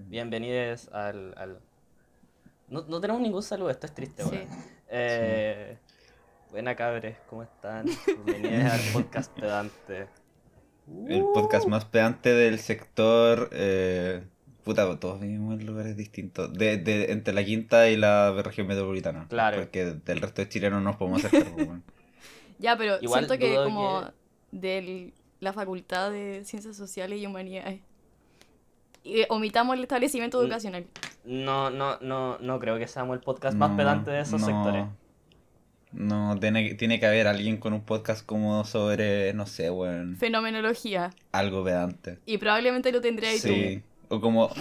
Bienvenidos No tenemos ningún saludo, esto es triste, Sí. weón. Buena cabres, ¿cómo están? Bienvenidos al podcast pedante. El podcast más pedante del sector. Puta, todos vivimos en lugares distintos. Entre la quinta y la región metropolitana. Claro. Porque del resto de Chile no nos podemos hacer cargo, weón. Ya, pero Igual siento que dudo como que- de la Facultad de Ciencias Sociales y Humanidades. Y omitamos el establecimiento Mm. educacional. No creo que seamos el podcast más No, pedante de esos no, sectores. No, tiene que haber alguien con un podcast como sobre, no sé, weón. Fenomenología. Algo pedante. Y probablemente lo tendrías tú. Sí. O como.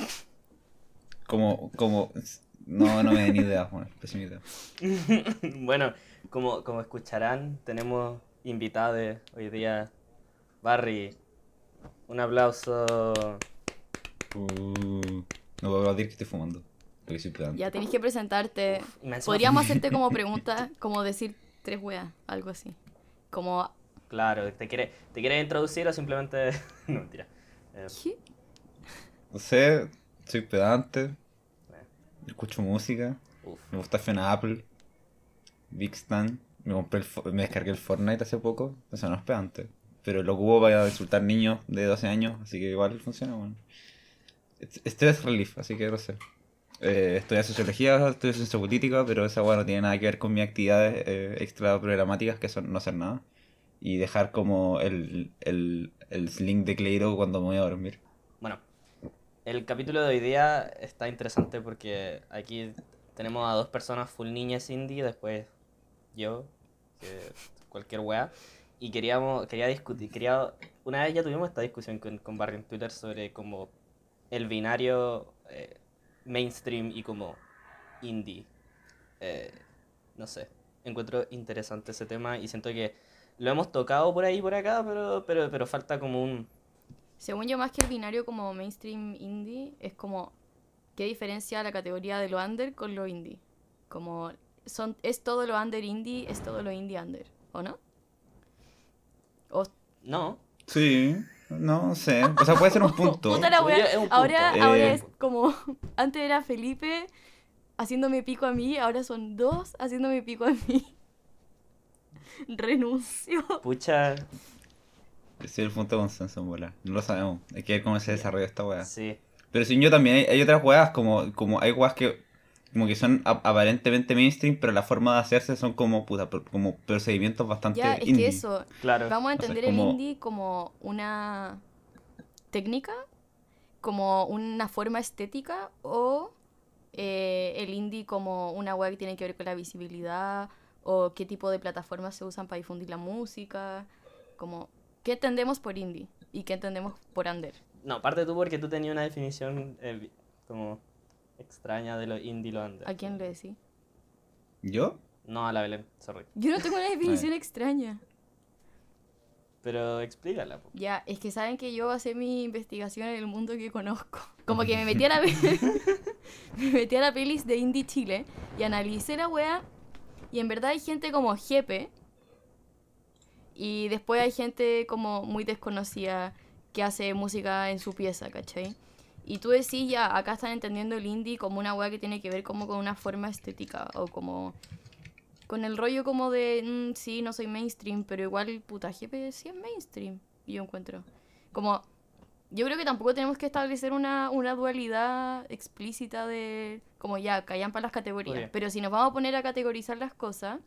No me den ideas, weón. Pésima idea. Bueno, como escucharán, tenemos invitados hoy día. Barry, un aplauso. No puedo decir que estoy fumando. Porque soy pedante. Ya tenéis que presentarte. Y me encima- Podríamos hacerte como preguntas, como decir 3 weas, algo así. Como, Claro, ¿te quieres introducir o simplemente...? No, mentira. ¿qué? No sé, soy pedante, escucho música, Uf. me gusta Fiona Apple, Big Stan, me descargué el Fortnite hace poco, eso no es pedante, pero lo ocupo para insultar niños de 12 años, así que igual funciona, bueno. Stress relief, así que no sé. Estudio sociología, estudio ciencia política, pero esa bueno no tiene nada que ver con mis actividades extra programáticas, que son no hacer nada, y dejar como el sling de Cleiro cuando me voy a dormir. Bueno, el capítulo de hoy día está interesante porque aquí tenemos a dos personas full niñas indie, después yo, que cualquier wea, y quería discutir, una vez ya tuvimos esta discusión con Barry en Twitter sobre como el binario mainstream y como indie. No sé, encuentro interesante ese tema y siento que lo hemos tocado por ahí y por acá, pero falta como un... Según yo, más que el binario como mainstream indie, es como, ¿qué diferencia la categoría de lo under con lo indie? Como, es todo lo under indie, es todo lo indie under, ¿o no? O, No, Sí, no sé. O sea, puede ser un punto. puta la Según yo wea, es un ahora, punto. ahora es como, antes era Felipe haciéndome pico a mí, ahora son dos haciéndome pico a mí. Renuncio. Pucha, Sí, el punto de consenso en bola. No lo sabemos. Hay que ver cómo se desarrolla esta wea. sí. Pero sin yo también hay otras weas como hay weas que como que son aparentemente mainstream, pero la forma de hacerse son como puta, como procedimientos bastante Ya, es indie. que eso, Claro. vamos a O sea, es entender el como- indie como una técnica, como una forma estética, o el indie como una web que tiene que ver con la visibilidad, o qué tipo de plataformas se usan para difundir la música, como qué entendemos por indie y qué entendemos por under. No, parte tú porque tú tenías una definición como extraña de lo indie y lo under. ¿A quién le decís? ¿Yo? No, a la Belén, sorry. Yo no tengo una definición extraña. Pero explícala, po. Ya, es que saben que yo basé mi investigación en el mundo que conozco. Como que me metí a la, me metí a la pelis de Indie Chile y analicé la wea. Y en verdad hay gente como Jepe. Y después hay gente como muy desconocida que hace música en su pieza, ¿cachai? Y tú decís, ya, acá están entendiendo el indie como una wea que tiene que ver como con una forma estética. O como con el rollo como de, sí, no soy mainstream, pero igual, puta, GP sí es mainstream. Y yo encuentro. Como, yo creo que tampoco tenemos que establecer una dualidad explícita de, como ya, callan para las categorías. Muy bien. Pero si nos vamos a poner a categorizar las cosas,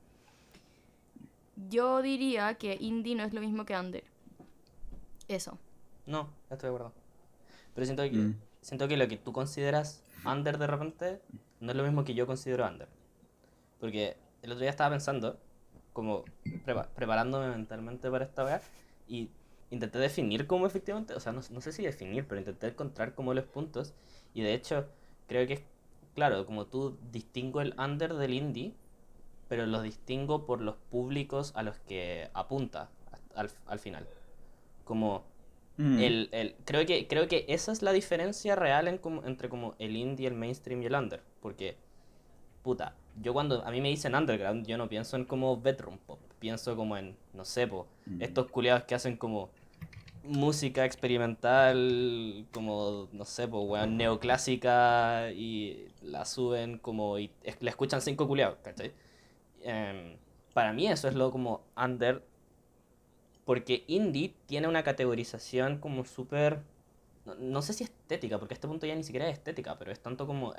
yo diría que indie no es lo mismo que under. Eso. No, estoy de acuerdo. Pero Mm. siento que lo que tú consideras under de repente no es lo mismo que yo considero under. Porque el otro día estaba pensando, como preparándome mentalmente para esta wea, y intenté definir cómo efectivamente, o sea, no sé si definir, pero intenté encontrar como los puntos, y de hecho, creo que es, claro, como tú distingo el under del indie, pero los distingo por los públicos a los que apunta al final. Como creo que esa es la diferencia real entre como el indie, el mainstream y el under. Porque, puta, yo cuando a mí me dicen underground, yo no pienso en como bedroom pop. Pienso como en, no sé, po, estos culiados que hacen como música experimental, como, no sé, pues, weón, neoclásica, y la suben como, y la escuchan cinco culiados, ¿cachai? Para mí eso es lo como under, porque indie tiene una categorización como súper, no sé si estética, porque a este punto ya ni siquiera es estética, pero es tanto como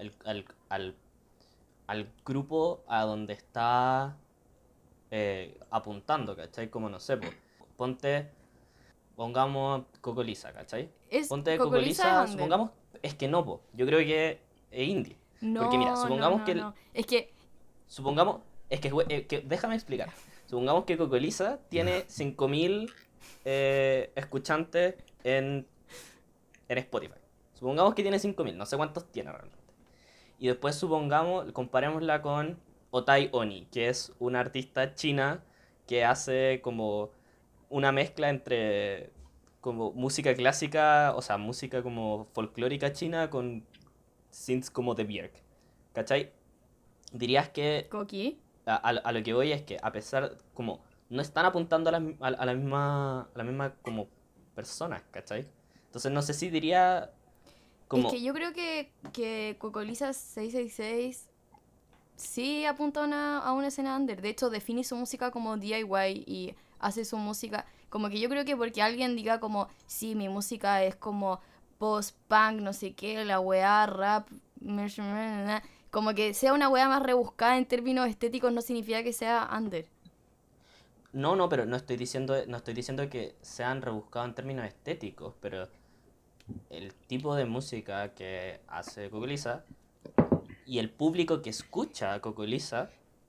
al grupo a donde está apuntando, ¿cachai? Como, no sé, pues, ponte, pongamos Cocolisa, ¿cachai? Es Ponte Cocolisa Cocolisa, es under. supongamos, es que no, po, yo creo que es indie. Porque mira, No, no, supongamos no, que, no. Es que supongamos, es que déjame explicar. Supongamos que Cocolisa tiene 5.000 escuchantes en Spotify. Supongamos que tiene 5.000, no sé cuántos tiene realmente. Y después supongamos, comparémosla con Otai Oni, que es una artista china que hace como una mezcla entre como música clásica, o sea, música como folclórica china con synths como de Björk. ¿Cachai? Dirías que Coqui. a lo que voy es que a pesar, como, no están apuntando a la misma como personas, ¿cachai? Entonces no sé si diría Es como, que yo creo que Cocolisa 666 sí apunta a una escena under. De hecho, define su música como DIY y hace su música. Como que yo creo que porque alguien diga como, sí, mi música es como post-punk, no sé qué, la weá, rap, como que sea una weá más rebuscada en términos estéticos no significa que sea under. no, no, pero no estoy diciendo que sean rebuscados en términos estéticos, pero el tipo de música que hace Cocolisa y el público que escucha a Cocolisa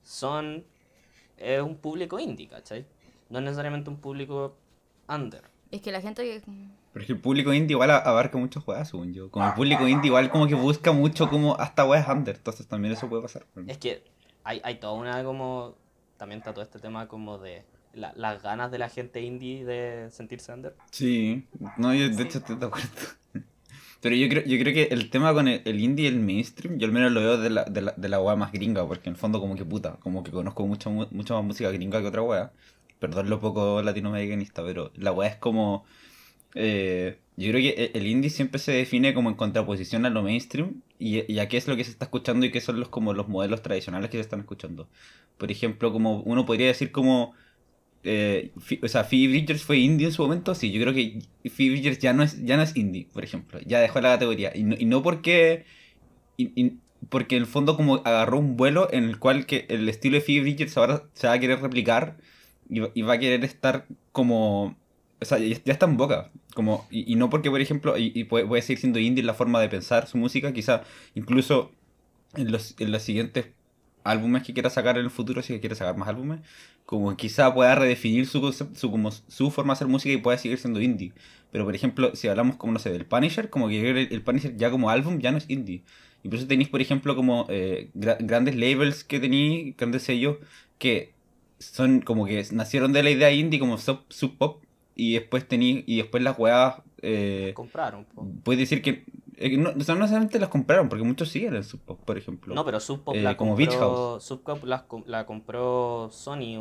es un público indie, ¿cachai? No es necesariamente un público under. Es que la gente que... Pero es que el público indie igual abarca muchas juegas, según yo. Como el público indie igual como que busca mucho como hasta weas under. Entonces también eso puede pasar. Es que hay toda una como... También está todo este tema como de las ganas de la gente indie de sentirse under. Sí, no, yo de hecho Sí. estoy de acuerdo. Pero yo creo que el tema con el indie y el mainstream, yo al menos lo veo de la wea más gringa, porque en el fondo como que puta, como que conozco mucha más música gringa que otra wea. Perdón lo poco latinoamericanista, pero la wea es como... yo creo que el indie siempre se define como en contraposición a lo mainstream y a qué es lo que se está escuchando y qué son como los modelos tradicionales que se están escuchando. Por ejemplo, como uno podría decir como o sea, Phoebe Bridgers fue indie en su momento, sí, yo creo que Phoebe Bridgers ya no es indie, por ejemplo, ya dejó la categoría. Y no porque en el fondo como agarró un vuelo en el cual que el estilo de Phoebe Bridgers ahora se va a querer replicar y va a querer estar como... O sea, ya está en boca. Y no porque, por ejemplo, y puede seguir siendo indie en la forma de pensar su música, quizá incluso en los siguientes álbumes que quiera sacar en el futuro, si que quiere sacar más álbumes, como quizá pueda redefinir su concepto, como su forma de hacer música y pueda seguir siendo indie. Pero por ejemplo, si hablamos como, no sé, del Punisher, como que yo creo que el Punisher ya como álbum ya no es indie. Y por eso tenéis, por ejemplo, como grandes labels que tenéis, grandes sellos, que son como que nacieron de la idea indie como sub pop y después las weas Las compraron, po. puedes decir que no, o sea, no necesariamente las compraron porque muchos siguen el sub pop, por ejemplo, No, pero Sub Pop la como Beach House, compró. Sub Pop la compró Sony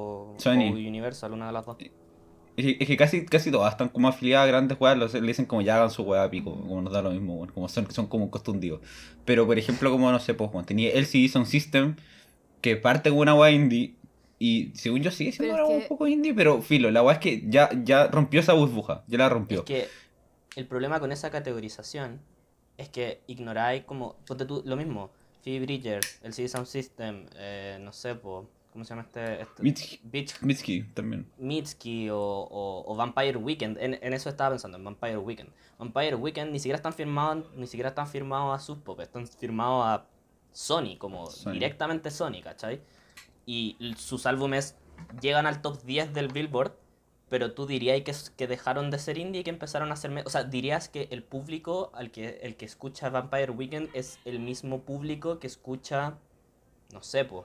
o Sony. Universal, una de las dos. Es que casi todas están como afiliadas a grandes weas, le dicen como ya hagan su wea pico, como nos da lo mismo, bueno, como son como costundidos. Pero por ejemplo, como no sé, pues bueno, tenía LCD Sound System que parte con una wea indie y según yo sigue siendo Pero es una wea un que poco indie, pero filo, la wea es que ya rompió esa burbuja, ya la Es rompió. que el problema con esa categorización es que ignoráis como. Ponte tú lo mismo. Phoebe Bridgers, el CD Sound System, no sé, po, ¿cómo se llama Mitski, Beach Mitski también. Mitski o Vampire Weekend? En eso estaba pensando, en Vampire Weekend. Vampire Weekend ni siquiera están firmados a Sub Pop, están firmados a Sony, como Sony. directamente Sony, ¿cachai? Y sus álbumes llegan al top 10 del Billboard, pero tú dirías que dejaron de ser indie y que empezaron a ser... O sea, dirías que el público el que escucha Vampire Weekend es el mismo público que escucha, no sé, po,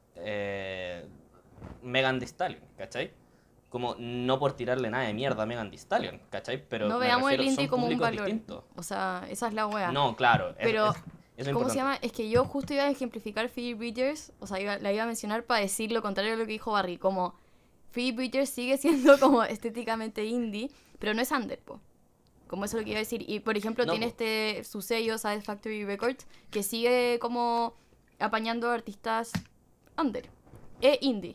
eh, Megan Thee Stallion, ¿cachai? Como no por tirarle nada de mierda a Megan Thee Stallion, ¿cachai? Pero no me veamos el refiero, indie son como un públicos valor. distintos. O sea, esa es la wea. No, claro, eso Pero, es ¿cómo se importante. llama? Es que yo justo iba a ejemplificar Phoebe Bridgers, o sea, la iba a mencionar para decir lo contrario de lo que dijo Barry, como Phoebe Bridgers sigue siendo como estéticamente indie, pero no es under, po. Como eso es lo que iba a decir. Y, por ejemplo, No, tiene po. su sello, Satisfactory Records, que sigue como apañando artistas under. E indie.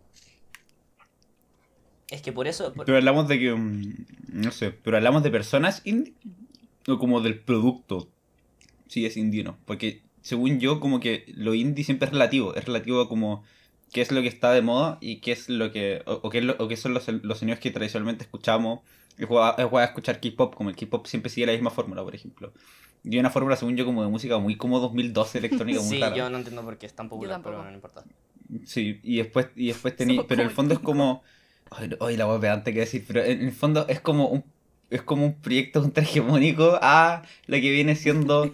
Es que por eso... Pero hablamos de que, no sé, pero hablamos de personas indie o como del producto, si es indie o no. Porque según yo, como que lo indie siempre es relativo a como qué es lo que está de moda y qué es lo que, o qué son los sonidos que tradicionalmente escuchamos. Es a escuchar K-pop, como el K-pop siempre sigue la misma fórmula, por ejemplo. Y una fórmula, según yo, como de música muy como 2012 electrónica, muy Sí, rara. yo no entiendo por qué es tan popular, tampoco. pero no importa. Sí, y después tení, Somos pero el como fondo es el como, ay, la voy pedante que decir, pero en el fondo es como un proyecto hegemónico a lo que viene siendo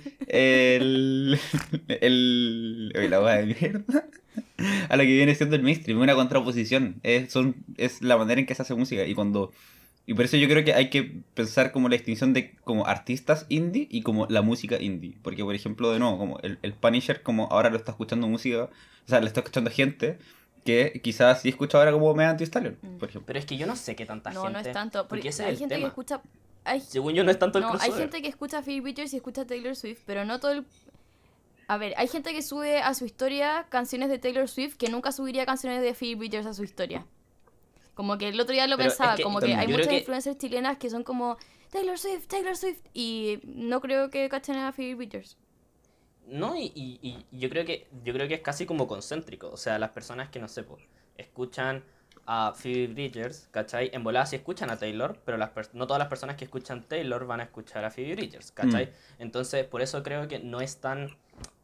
ay, la wea de mierda, a lo que viene siendo el mainstream, una contraposición, es la manera en que se hace música y por eso yo creo que hay que pensar como la distinción de como artistas indie y como la música indie. Porque, por ejemplo, de nuevo, como el Punisher, como ahora lo está escuchando música, o sea, lo está escuchando gente que quizás sí escucha ahora como Megan Thee Stallion, por ejemplo. Pero es que yo no sé qué tanta No, gente... no es tanto. Porque ese Hay es el gente que tema. escucha... Hay, Según yo no es tanto el no, hay crossover. gente que escucha Phoebe Bridgers y escucha Taylor Swift, pero no todo el... A ver, hay gente que sube a su historia canciones de Taylor Swift que nunca subiría canciones de Phoebe Bridgers a su historia. Como que el otro día lo Pero pensaba, es que como que también, hay yo creo muchas que... influencers chilenas que son como Taylor Swift, y no creo que cachen a Phoebe Bridgers. No, y yo creo que es casi como concéntrico. O sea, las personas que, no sé, pues, escuchan a Phoebe Bridgers, ¿cachai? En volada sí escuchan a Taylor, pero no todas las personas que escuchan Taylor van a escuchar a Phoebe Bridgers, ¿cachai? Entonces, por eso creo que no es tan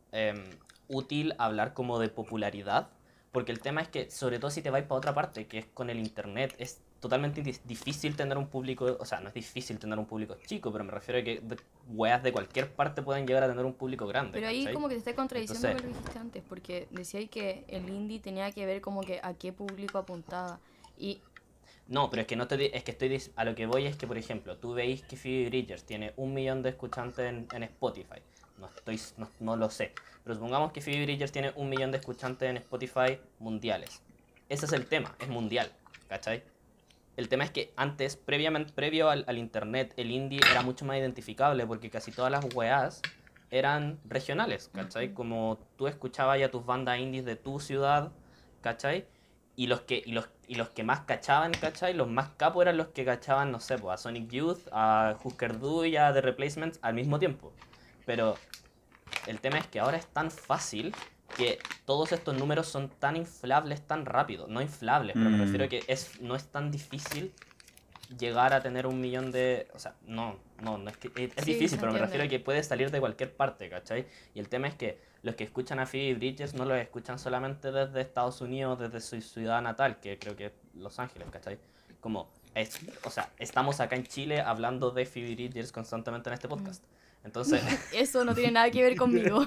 útil hablar como de popularidad, porque el tema es que, sobre todo si te vais para otra parte, que es con el internet, es totalmente difícil tener un público, o sea, no es difícil tener un público chico, pero me refiero a que weas de cualquier parte pueden llegar a tener un público grande. Pero ahí ¿cachai? como que te está contradiciendo Entonces, lo que dijiste antes, porque decía que el indie tenía que ver como que a qué público apuntaba. Y no, pero es que no te es que a lo que voy es que, por ejemplo, tú veis que Phoebe Bridgers tiene 1 millón de escuchantes en Spotify. No lo sé. Pero supongamos que Phoebe Bridgers tiene 1 millón de escuchantes en Spotify mundiales. Ese es el tema, es mundial, ¿cachai? El tema es que antes, previo al internet, el indie era mucho más identificable porque casi todas las weas eran regionales, ¿cachai? Como tú escuchabas ya tus bandas indies de tu ciudad, ¿cachai? Y los que más cachaban, ¿cachai? Los más capos eran los que cachaban, no sé, pues, a Sonic Youth, a Husker Du y a The Replacements al mismo tiempo. Pero el tema es que ahora es tan fácil que todos estos números son tan inflables tan rápido. No inflables, pero me refiero a que no es tan difícil llegar a tener 1 millón de... O sea, no es que es Sí, difícil, se pero me entiende. refiero a que puede salir de cualquier parte, ¿cachai? Y el tema es que los que escuchan a Phoebe Bridgers no los escuchan solamente desde Estados Unidos, desde su ciudad natal, que creo que es Los Ángeles, ¿cachai? Como, o sea, estamos acá en Chile hablando de Phoebe Bridgers constantemente en este podcast. Entonces... eso no tiene nada que ver conmigo.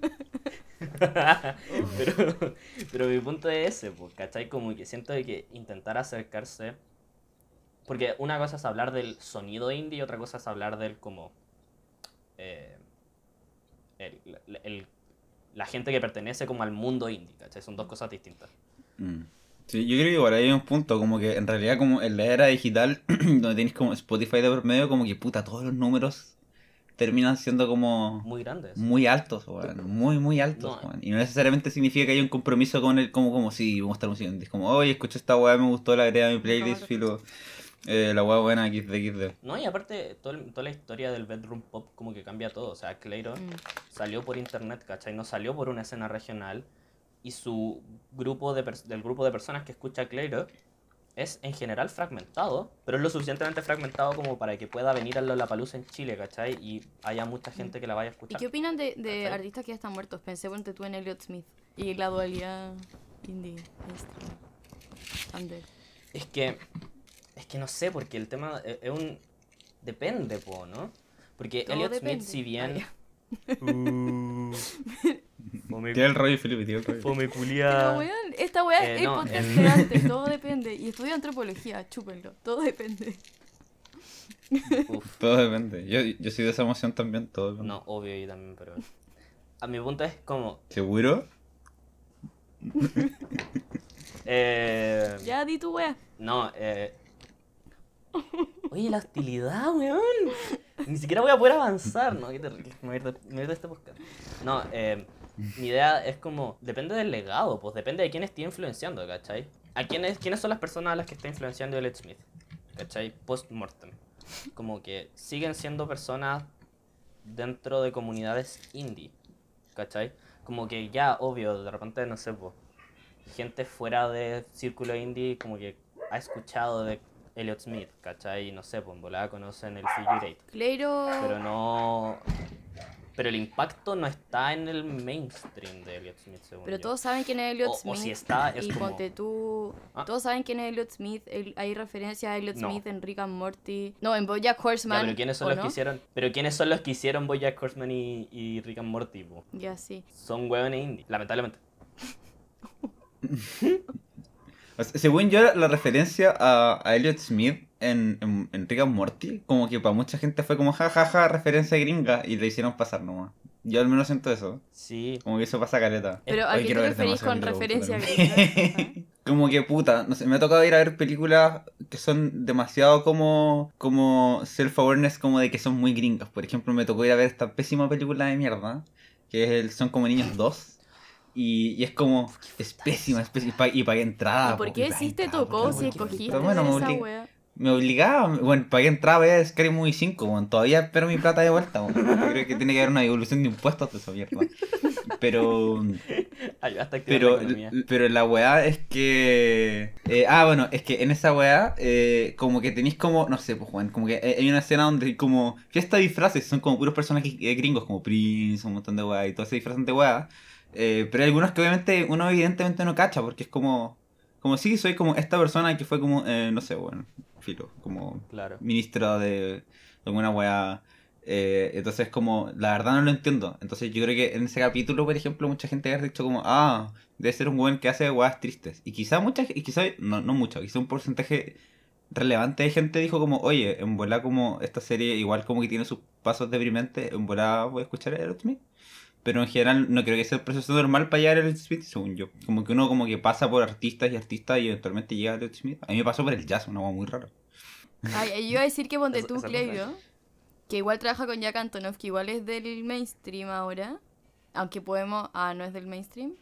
pero mi punto es ese, pues, ¿cachai? Como que siento de que intentar acercarse... Porque una cosa es hablar del sonido indie y otra cosa es hablar del como... la gente que pertenece como al mundo indie, ¿cachai? Son dos cosas distintas. Sí, yo creo que igual hay un punto, como que en realidad como en la era digital, donde tienes como Spotify de por medio, como que puta, todos los números terminan siendo como Muy grandes. muy altos, weón, muy altos, No. weón. Y no necesariamente significa que haya un compromiso con el, como si me gusta la música indie. Es como, oye, escuché esta weá, me gustó, la agregué a mi playlist, filo, la weá buena, XD. No, y aparte, toda la historia del bedroom pop como que cambia todo. O sea, Clairo salió por internet, ¿cachai? No salió por una escena regional. Y su grupo del grupo de personas que escucha Clairo es en general fragmentado, pero es lo suficientemente fragmentado como para que pueda venir a Lollapalooza en Chile, ¿cachai? Y haya mucha gente que la vaya a ¿Y escuchar. qué opinan de ¿Cachai? artistas que ya están muertos? Pensé, ponte tú en Elliot Smith y la dualidad indie, under. Es que no sé, porque el tema es un... Depende, po, ¿no? Porque Todo Elliot depende. Smith, si bien... Ah, Tiene el rollo, Felipe, tiene el rollo. Fome Pero culia. weón, esta weá es el no, podcast de antes, todo depende. Y estudio antropología, chúpenlo, todo depende. Uf, Todo depende. Yo soy de esa emoción también, todo depende. no, obvio yo también, pero... A mi punto es como... ¿Seguro? Ya di tu weá. No, Oye, la hostilidad, weón. Ni siquiera voy a poder avanzar, ¿no? Qué terrible. Me voy a ir de este podcast. No, mi idea es como, depende del legado, pues depende de quién esté influenciando, ¿cachai? ¿Quiénes son las personas a las que está influenciando Elliot Smith? ¿Cachai? Post-mortem. Como que siguen siendo personas dentro de comunidades indie, ¿cachai? Como que ya, obvio, de repente, no sé, pues, gente fuera de círculo indie como que ha escuchado de Elliot Smith, ¿cachai? No sé, pues en volada conocen el Figure 8. Clairo. Pero no... Pero el impacto no está en el mainstream de Elliot Smith, según Pero yo. todos saben quién es Elliot O Smith. si está, es y como... ponte tú. ¿Ah? Todos saben quién es Elliot Smith. Hay referencias a Elliot No. Smith en Rick and Morty. No, en BoJack Ya, Horseman. pero ¿quiénes son ¿o los no? que hicieron? Pero ¿quiénes son los que hicieron BoJack Horseman y Rick and Morty, po? Ya, sí. Son hueones indie, lamentablemente. O sea, según yo, la referencia a Elliot Smith en Rick and Morty, como que para mucha gente fue como jajaja, referencia gringa, y le hicieron pasar nomás. Yo al menos siento eso. Sí. Como que eso pasa caleta. Pero ¿a Hoy qué quiero te ver referís demasiado con capítulo referencia también. gringa? Como que puta, no sé, me ha tocado ir a ver películas que son demasiado como self-awareness, como de que son muy gringas. Por ejemplo, me tocó ir a ver esta pésima película de mierda, que es Son como niños 2. Y es como, es pésima, y pagué entrada. ¿Y por qué sí te tocó si escogiste Bueno, ver esa wea? me obligaba, bueno, pagué entrada a ver Scary Movie 5, bueno, todavía espero mi plata de vuelta, bueno. Yo creo que tiene que haber una devolución de impuestos de esa mierda. Pero... Ayudaste a activar la economía. Pero la weá es que... bueno, es que en esa weá, como que tenéis como, no sé, pues Juan, como que hay una escena donde hay como fiesta de disfraces, son como puros personajes gringos, como Prince, un montón de weá, y todo ese disfraz de weá. Pero hay algunos que obviamente uno evidentemente no cacha, porque es como sí, soy como esta persona que fue como, no sé, bueno, filo, como Claro. ministra de alguna weá. Entonces como, la verdad no lo entiendo. Entonces yo creo que en ese capítulo, por ejemplo, mucha gente ha dicho como, debe ser un weón que hace weas tristes. Y quizá no mucha, quizá un porcentaje relevante de gente dijo como, oye, en volá como esta serie igual como que tiene sus pasos deprimentes, en volá voy a escuchar a Aerosmith. Pero en general no creo que sea el proceso normal para llegar a Elliot Smith, según yo. Como que uno como que pasa por artistas y eventualmente llega a Elliot Smith. A mí me pasó por el jazz, una cosa muy rara. Ay, yo iba a decir que ponte Esa tú, cosa. Clairo, que igual trabaja con Jack Antonoff, que igual es del mainstream ahora. Aunque podemos... no es del mainstream.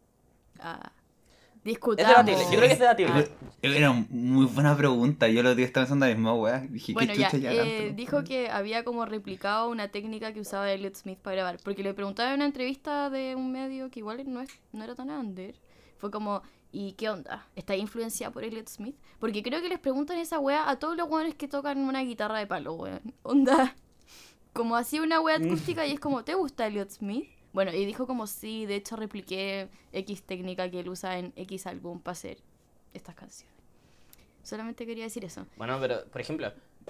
Es Discutamos. debatible, yo creo que es debatible. Era muy buena pregunta. Yo lo día estaba pensando la misma weá. Dije, Bueno, ¿qué ya, chucha ya tanto? dijo que había como replicado una técnica que usaba Elliot Smith para grabar. Porque le preguntaba en una entrevista de un medio que igual no era tan under. Fue como, ¿y qué onda? ¿Está influenciada por Elliot Smith? Porque creo que les preguntan esa wea a todos los weones que tocan una guitarra de palo, weón. Onda, como así una wea acústica y es como, ¿te gusta Elliot Smith? Bueno, y dijo como, sí, de hecho repliqué X técnica que él usa en X álbum para hacer estas canciones. Solamente quería decir eso. Bueno, pero, por ejemplo,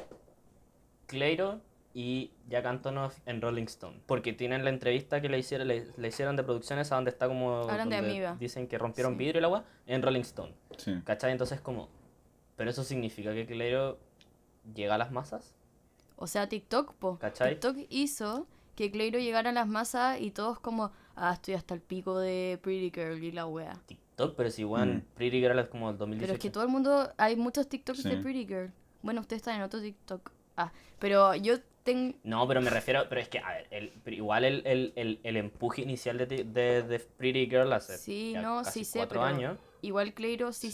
Clairo y Jack Antonoff en Rolling Stone. Porque tienen la entrevista que le hicieron de producciones a donde está como... Hablan de donde Amiga. dicen que rompieron Sí. vidrio y la agua en Rolling Stone. Sí. ¿Cachai? Entonces como... ¿Pero eso significa que Clairo llega a las masas? O sea, TikTok, po. ¿Cachai? TikTok hizo que Clairo llegara a las masas y todos como, estoy hasta el pico de Pretty Girl y la wea. TikTok, pero si, weón, Pretty Girl es como el 2018. Pero es que todo el mundo, hay muchos TikToks Sí. de Pretty Girl. Bueno, ustedes están en otro TikTok. Pero yo tengo... No, pero me refiero... Pero es que, a ver, pero igual el empuje inicial de Pretty Girl hace Sí, ya no, casi sí sé, 4 pero años. igual Clairo Sí.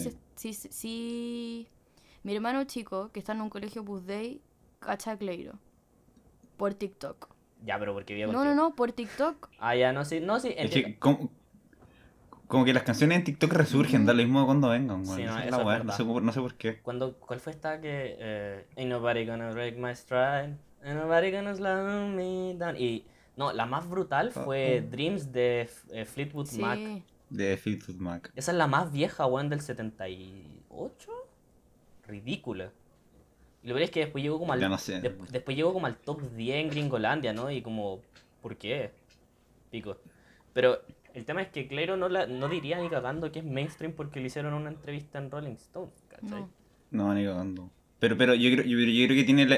sí. Mi hermano chico, que está en un colegio Bus Day, cacha a Clairo. Por TikTok. Ya, pero porque vive No, contigo. no, por TikTok. Ya, no, sí, Es entiendo. que como que las canciones en TikTok resurgen, da lo mismo cuando vengan, weón. Sí, no, Esa es eso la es weá, verdad. no sé por qué. ¿Cuál fue esta que Ain't nobody gonna break my stride, ain't nobody gonna slow me down? Y no, la más brutal fue Dreams de Fleetwood Sí. Mac. De Fleetwood Mac. Esa es la más vieja, weón, del 78. Ridícula. Y lo peor es que después llegó como al Ya no sé. después llegó como al top 10 en Gringolandia, ¿no? Y como, ¿por qué? Pico. Pero el tema es que Clairo no diría ni cagando que es mainstream porque le hicieron una entrevista en Rolling Stone, ¿cachai? No. No, ni cagando. Pero yo creo que tiene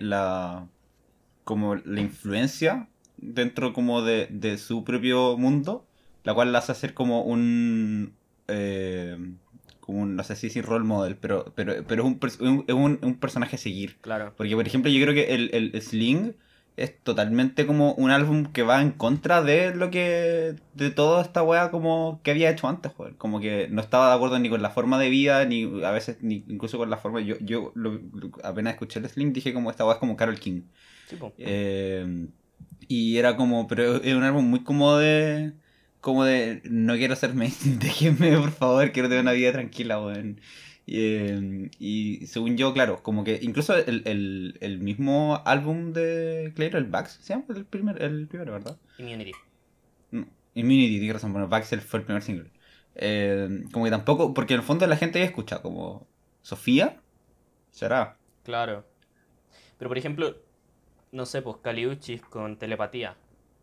como la influencia dentro como de su propio mundo, la cual la hace hacer como no sé si es role model, pero es un personaje a seguir. Claro. Porque, por ejemplo, yo creo que el Sling es totalmente como un álbum que va en contra de de toda esta weá como que había hecho antes, joder. Como que no estaba de acuerdo ni con la forma de vida, ni a veces, ni incluso con la forma. Apenas escuché el Sling dije como esta weá es como Karol King. Sí, po. Y era como, pero es un álbum muy como de, no quiero ser mainstream, déjenme por favor, quiero tener una vida tranquila, weón. Y según yo, claro, como que incluso el mismo álbum de Clairo, el Vax, ¿se llama? El primero, ¿verdad? Immunity. No, Immunity, tienes razón, bueno, Vax fue el primer single. Como que tampoco, porque en el fondo la gente ya escucha, como, ¿Sofía? ¿Será? Claro. Pero por ejemplo, no sé, pues Caliuchis con Telepatía.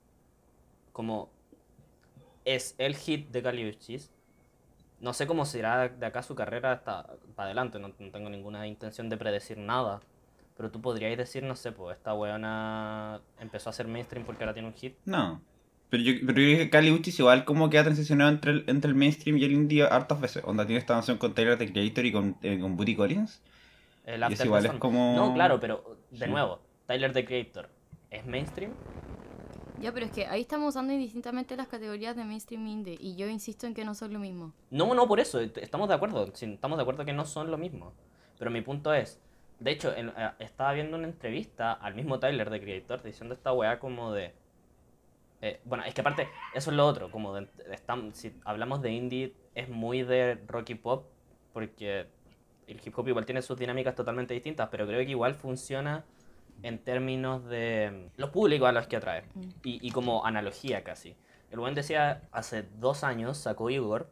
Como es el hit de Caliuchis. No sé cómo será de acá su carrera hasta para adelante, no tengo ninguna intención de predecir nada. Pero tú podrías decir, no sé, pues esta weona empezó a ser mainstream porque ahora tiene un hit. No. Pero yo creo que Kali Uchis igual como que ha transicionado entre el mainstream y el indie hartas veces. Onda tiene esta canción con Tyler, the Creator y con Booty Collins. El Y eso After the igual es Sun. No, claro, como... pero de Sí. nuevo, Tyler the Creator, ¿es mainstream? Ya, pero es que ahí estamos usando indistintamente las categorías de mainstream e indie. Y yo insisto en que no son lo mismo. No, no, por eso, estamos de acuerdo. Sí, estamos de acuerdo que no son lo mismo. Pero mi punto es, de hecho, estaba viendo una entrevista al mismo Tyler the Creator diciendo esta weá como de... bueno, es que aparte, eso es lo otro, como si hablamos de indie, es muy de rock y pop, porque el hip hop igual tiene sus dinámicas totalmente distintas, pero creo que igual funciona en términos de los públicos a los que atrae, y como analogía casi. El buen decía, hace 2 años sacó Igor,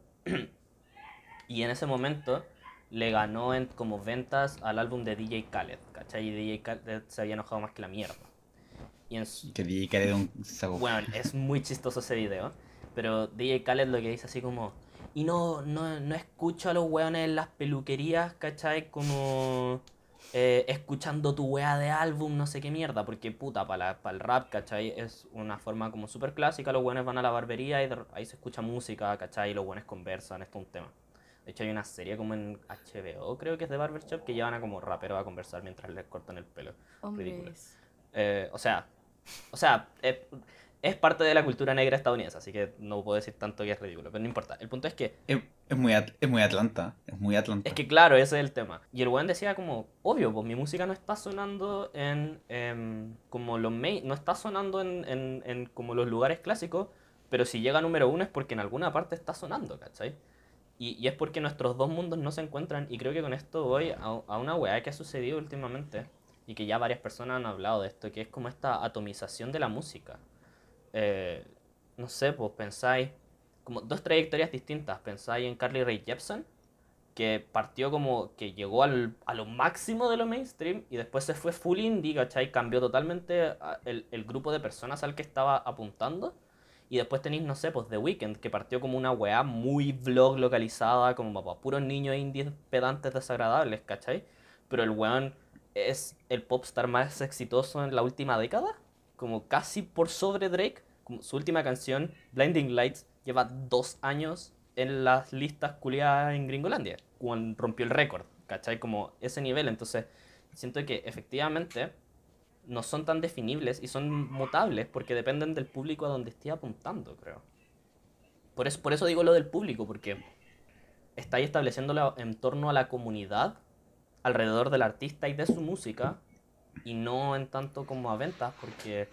y en ese momento le ganó en como ventas al álbum de DJ Khaled, ¿cachai? Y DJ Khaled se había enojado más que la mierda. Y en su, Que DJ Khaled un saco. bueno, es muy chistoso ese video, pero DJ Khaled lo que dice así como, y no escucho a los weones en las peluquerías, ¿cachai? Como escuchando tu wea de álbum, no sé qué mierda, porque puta, para el rap, ¿cachai? Es una forma como súper clásica, los weones van a la barbería y ahí se escucha música, ¿cachai? Y los weones conversan, esto es un tema. De hecho hay una serie como en HBO, creo que es de Barbershop, que llevan a como raperos a conversar mientras les cortan el pelo. Ridículo. Hombres. O sea, es parte de la cultura negra estadounidense, así que no puedo decir tanto que es ridículo, pero no importa. El punto es que, Es muy Atlanta. Es muy Atlanta. es que claro, ese es el tema. Y el weón decía como, obvio, pues mi música no está sonando como no está sonando en como los lugares clásicos, pero si llega a número uno es porque en alguna parte está sonando, ¿cachai? Y es porque nuestros dos mundos no se encuentran, y creo que con esto voy a una weá que ha sucedido últimamente, y que ya varias personas han hablado de esto, que es como esta atomización de la música. Eh, no sé, pues pensáis como dos trayectorias distintas. Pensáis en Carly Rae Jepsen, que partió como que llegó a lo máximo de lo mainstream y después se fue full indie, ¿cachai? Cambió totalmente el grupo de personas al que estaba apuntando. Y después tenéis, no sé, pues The Weeknd, que partió como una weá muy vlog localizada, como para puros niños indies pedantes desagradables, ¿cachai? Pero el weón es el popstar más exitoso en la última década, como casi por sobre Drake. Como su última canción, Blinding Lights, lleva 2 años en las listas culiadas en Gringolandia, cuando rompió el récord, ¿cachai? Como ese nivel. Entonces, siento que efectivamente no son tan definibles y son mutables porque dependen del público a donde esté apuntando, creo. Por eso digo lo del público, porque estáis estableciéndolo en torno a la comunidad alrededor del artista y de su música y no en tanto como a ventas, porque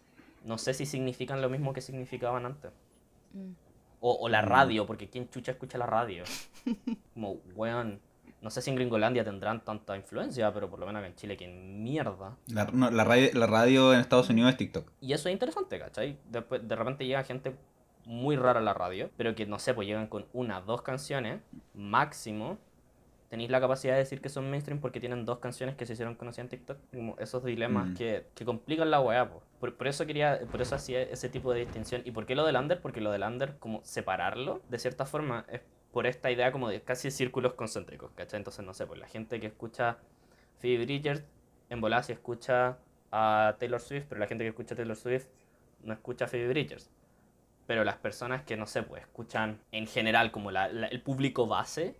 no sé si significan lo mismo que significaban antes. Mm. O la radio, porque ¿quién chucha escucha la radio? Como, weón, no sé si en Gringolandia tendrán tanta influencia, pero por lo menos acá en Chile, que mierda. No, la radio en Estados Unidos es TikTok. Y eso es interesante, ¿cachai? Después, de repente llega gente muy rara a la radio, pero que no sé, pues llegan con 1, 2 canciones, máximo. Tenéis la capacidad de decir que son mainstream porque tienen 2 canciones que se hicieron conocidas en TikTok. Como esos dilemas que complican la weá, po. Por eso hacía ese tipo de distinción. ¿Y por qué lo del under? Porque lo del under, como separarlo, de cierta forma, es por esta idea como de casi círculos concéntricos, ¿cachai? Entonces, no sé, pues la gente que escucha Phoebe Bridgers, en volada si escucha a Taylor Swift, pero la gente que escucha a Taylor Swift no escucha a Phoebe Bridgers. Pero las personas que, no sé, pues escuchan en general como el público base,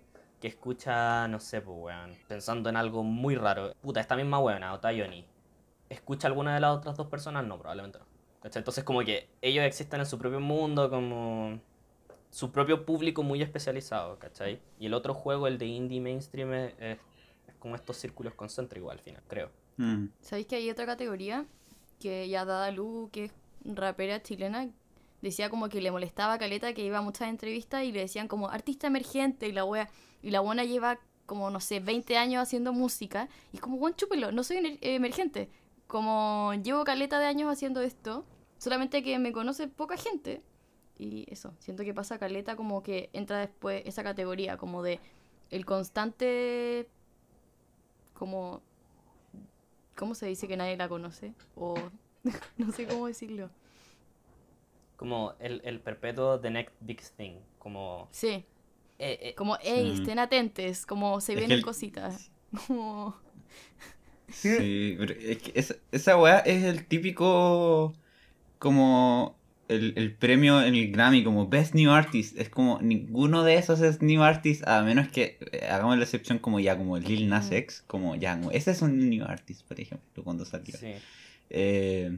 que escucha, no sé, pues, weón, pensando en algo muy raro. Puta, esta misma weona, Otayoni, ¿escucha alguna de las otras dos personas? No, probablemente no. ¿Cachai? Entonces como que ellos existen en su propio mundo, como su propio público muy especializado, ¿cachai? Y el otro juego, el de indie mainstream, es como estos círculos concéntricos al final, creo. ¿Sabéis que hay otra categoría? Que ya Dada Lu, que es rapera chilena, decía como que le molestaba a Caleta que iba a muchas entrevistas y le decían como artista emergente y la wea. Y la buena lleva como, no sé, 20 años haciendo música. Y es como, buen chúpelo, no soy emergente. Como llevo caleta de años haciendo esto, solamente que me conoce poca gente. Y eso, siento que pasa caleta como que entra después esa categoría, como de el constante, como, ¿cómo se dice que nadie la conoce? O no sé cómo decirlo. Como el perpetuo The Next Big Thing, como... Sí, eh, como, Sí. estén atentes, como se Es que vienen el- cositas. Como, Sí, pero es que esa weá es el típico, como el premio en el Grammy, como Best New Artist. Es como ninguno de esos es New Artist, a menos que hagamos la excepción como ya, como Lil Nas X, como ya, como, ese es un New Artist, por ejemplo, cuando salió. sí. Eh,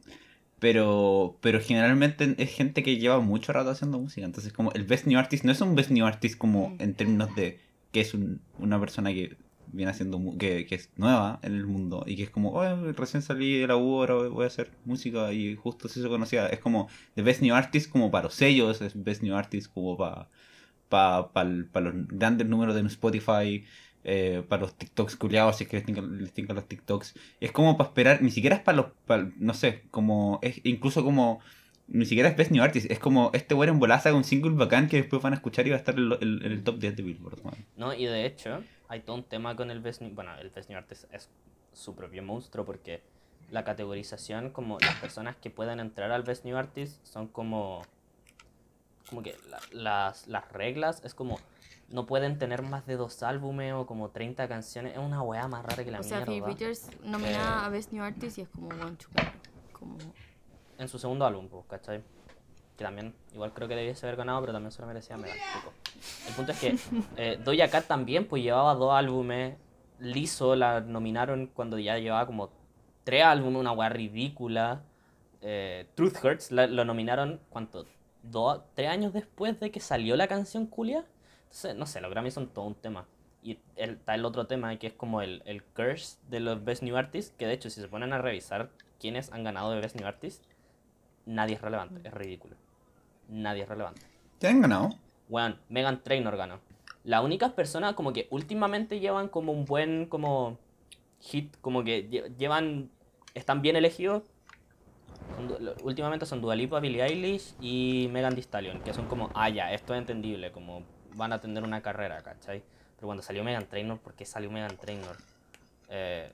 pero generalmente es gente que lleva mucho rato haciendo música. Entonces, como el Best New Artist no es un Best New Artist como en términos de que es una persona que viene haciendo, que es nueva en el mundo y que es como, oh, recién salí de la U, ahora voy a hacer música y justo se hizo conocida. Es como The Best New Artist como para los sellos, es Best New Artist como para los grandes números de Spotify, para los TikToks culiados, si es que les tincan los TikToks. Es como para esperar, ni siquiera es para no sé, como, es incluso como, ni siquiera es Best New Artist, es como este weón en bolaza con un single bacán que después van a escuchar y va a estar en el top 10 de Billboard, man. No, y de hecho, hay todo un tema con el Best New... Bueno, el Best New Artist es su propio monstruo porque la categorización, como las personas que pueden entrar al Best New Artist son como... Como que las reglas es como... No pueden tener más de 2 álbumes o como 30 canciones. Es una weá más rara que la o sea, Phoebe mierda. Bridgers nominada a Best New Artist y es como, buen chúpelo. Como, En su segundo álbum, pues, ¿cachai? Que también, igual creo que debiese haber ganado, pero también se lo merecía Megan. Pico. El punto es que Doja Cat también, pues llevaba 2 álbumes. Lizzo la nominaron cuando ya llevaba como 3 álbumes, una weá ridícula. Truth Hurts lo nominaron, ¿cuánto? 3 años después de que salió la canción Culia. Entonces, no sé, los Grammys son todo un tema. Y está el otro tema que es como el curse de los Best New Artists, que de hecho si se ponen a revisar quiénes han ganado de Best New Artists, nadie es relevante, es ridículo. Nadie es relevante. ¿Ya han ganado? Bueno, Megan Trainor ganó. Las únicas personas como que últimamente llevan como un buen como hit, como que llevan, están bien elegidos. Últimamente son Dua Lipa, Billie Eilish y Megan Thee Stallion, que son como, ya, esto es entendible, como van a tener una carrera, ¿cachai? Pero cuando salió Megan Trainor, ¿por qué salió Megan Trainor? Eh,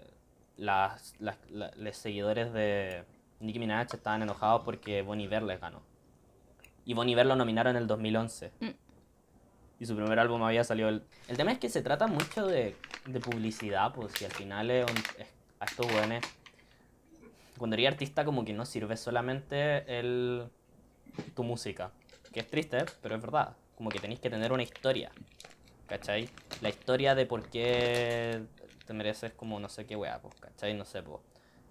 los seguidores de Nicki Minaj estaban enojados porque Bon Iver les ganó. Y Bon Iver lo nominaron en el 2011. Y su primer álbum había salido... El tema es que se trata mucho de publicidad, pues, si al final a estos weones... Cuando eres artista como que no sirve solamente tu música. Que es triste, pero es verdad. Como que tenéis que tener una historia. ¿Cachai? La historia de por qué te mereces como no sé qué wea, pues, ¿cachai? No sé, pues.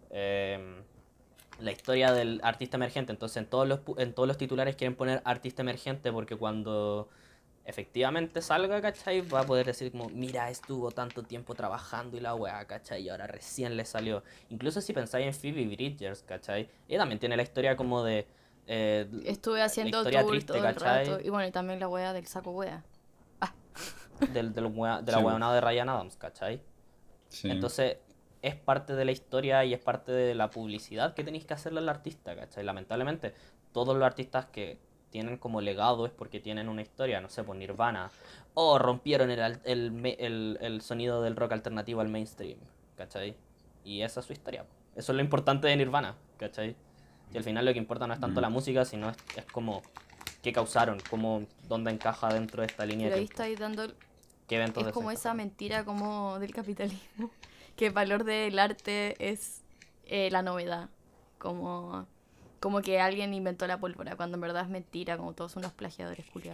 La historia del artista emergente. Entonces en todos los titulares quieren poner artista emergente porque cuando efectivamente salga, ¿cachai? Va a poder decir como, mira, estuvo tanto tiempo trabajando y la weá, ¿cachai? Y ahora recién le salió. Incluso si pensáis en Phoebe Bridgers, ¿cachai? Ella también tiene la historia como de... estuve haciendo historia tour triste, todo el ¿cachai? rato. Y bueno, y también la wea del saco wea. de la Sí, weonada de Ryan Adams, ¿cachai? Sí. Entonces, es parte de la historia y es parte de la publicidad que tenéis que hacerle al artista, ¿cachai? Lamentablemente, todos los artistas que tienen como legado es porque tienen una historia, no sé, por Nirvana, o rompieron el sonido del rock alternativo al mainstream, ¿cachai? Y esa es su historia. Eso es lo importante de Nirvana, ¿cachai? Y al final lo que importa no es tanto la música, sino es como qué causaron, dónde encaja dentro de esta línea Pero de ahí tiempo. estáis dando... ¿Qué eventos Es como esa desencajaron? mentira como del capitalismo. Que el valor del arte es la novedad. Como que alguien inventó la pólvora, cuando en verdad es mentira, como todos son unos plagiadores culiados.